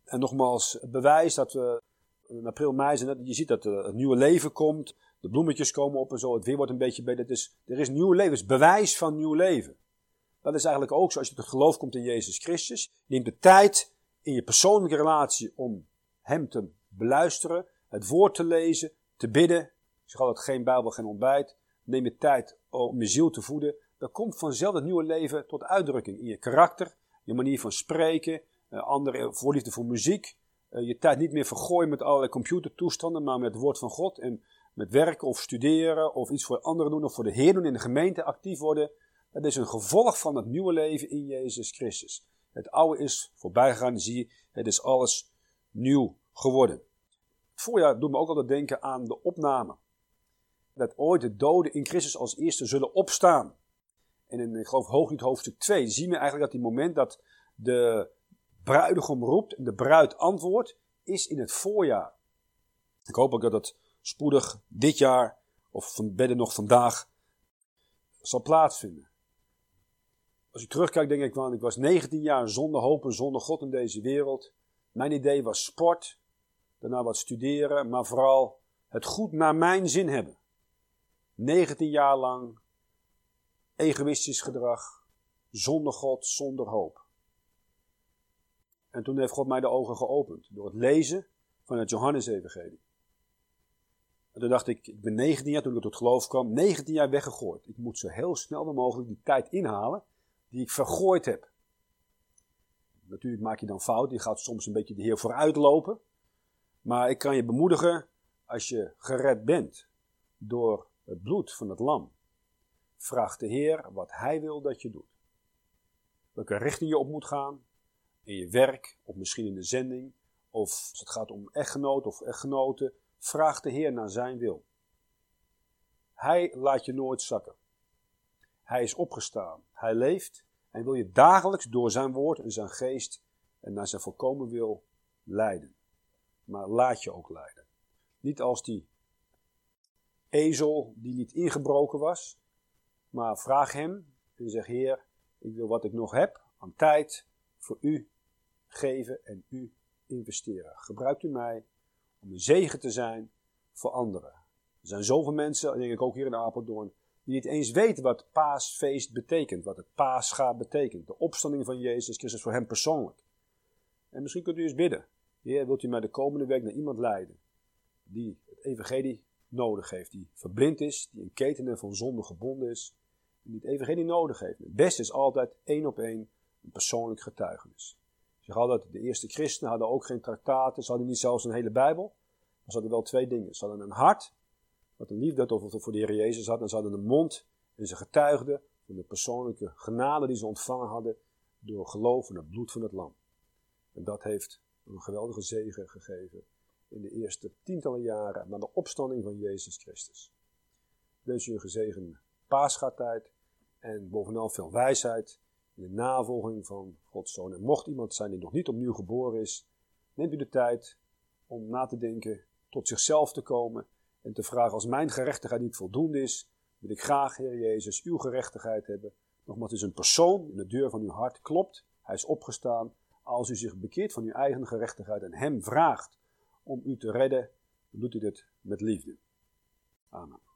En nogmaals, het bewijs dat we in april, mei zijn, je ziet dat er een nieuwe leven komt. De bloemetjes komen op en zo. Het weer wordt een beetje beter. Dus er is nieuw leven. Het is bewijs van nieuw leven. Dat is eigenlijk ook zo als je tot geloof komt in Jezus Christus. Neem de tijd in je persoonlijke relatie om hem te beluisteren. Het woord te lezen, te bidden. Ik zeg altijd geen Bijbel, geen ontbijt. Neem de tijd om je ziel te voeden. Dan komt vanzelf het nieuwe leven tot uitdrukking. In je karakter, je manier van spreken. Andere voorliefde voor muziek. Je tijd niet meer vergooien met allerlei computertoestanden, maar met het woord van God. En met werken of studeren of iets voor anderen doen of voor de Heer doen, in de gemeente actief worden. Dat is een gevolg van het nieuwe leven in Jezus Christus. Het oude is voorbij gegaan, zie je, het is alles nieuw geworden. Het voorjaar doet me ook altijd denken aan de opname. Dat ooit de doden in Christus als eerste zullen opstaan. En in, ik geloof, Hooglied hoofdstuk 2 zien we eigenlijk dat die moment dat de bruidegom roept en de bruid antwoordt, is in het voorjaar. Ik hoop ook dat het spoedig dit jaar, of van bedden nog vandaag, zal plaatsvinden. Als ik terugkijk, denk ik, want ik was 19 jaar zonder hoop en zonder God in deze wereld. Mijn idee was sport, daarna wat studeren, maar vooral het goed naar mijn zin hebben. 19 jaar lang egoïstisch gedrag, zonder God, zonder hoop. En toen heeft God mij de ogen geopend door het lezen van het Johannesevangelie. En toen dacht ik ben 19 jaar, toen ik tot geloof kwam, 19 jaar weggegooid. Ik moet zo heel snel mogelijk die tijd inhalen die ik vergooid heb. Natuurlijk maak je dan fout, je gaat soms een beetje de Heer vooruitlopen. Maar ik kan je bemoedigen, als je gered bent door het bloed van het lam, vraag de Heer wat Hij wil dat je doet. Welke richting je op moet gaan, in je werk, of misschien in de zending, of als het gaat om echtgenoot of echtgenoten, vraag de Heer naar zijn wil. Hij laat je nooit zakken. Hij is opgestaan, hij leeft en wil je dagelijks door zijn woord en zijn geest en naar zijn volkomen wil leiden. Maar laat je ook leiden. Niet als die ezel die niet ingebroken was, maar vraag hem en zeg: Heer, ik wil wat ik nog heb aan tijd voor u geven en u investeren. Gebruikt u mij om een zegen te zijn voor anderen. Er zijn zoveel mensen, denk ik ook hier in Apeldoorn, die niet eens weten wat paasfeest betekent, wat het paascha betekent. De opstanding van Jezus Christus voor hem persoonlijk. En misschien kunt u eens bidden: Heer, wilt u mij de komende week naar iemand leiden die het evangelie nodig heeft, die verblind is, die in ketenen van zonde gebonden is, en die het evangelie nodig heeft. Het beste is altijd 1 op 1 een persoonlijk getuigenis. Ik zeg altijd, de eerste christenen hadden ook geen traktaten, ze hadden niet zelfs een hele Bijbel, maar ze hadden wel 2 dingen. Ze hadden een hart, wat een liefde voor de Heer Jezus had, en ze hadden een mond, en ze getuigden van de persoonlijke genade die ze ontvangen hadden door geloof in het bloed van het lam. En dat heeft een geweldige zegen gegeven in de eerste tientallen jaren na de opstanding van Jezus Christus. Ik wens u een gezegende Paascha-tijd en bovenal veel wijsheid in de navolging van Gods Zoon. En mocht iemand zijn die nog niet opnieuw geboren is, neemt u de tijd om na te denken, tot zichzelf te komen en te vragen: als mijn gerechtigheid niet voldoende is, wil ik graag, Heer Jezus, uw gerechtigheid hebben. Nogmaals, het is een persoon in de deur van uw hart klopt. Hij is opgestaan. Als u zich bekeert van uw eigen gerechtigheid en hem vraagt om u te redden, dan doet u dit met liefde. Amen.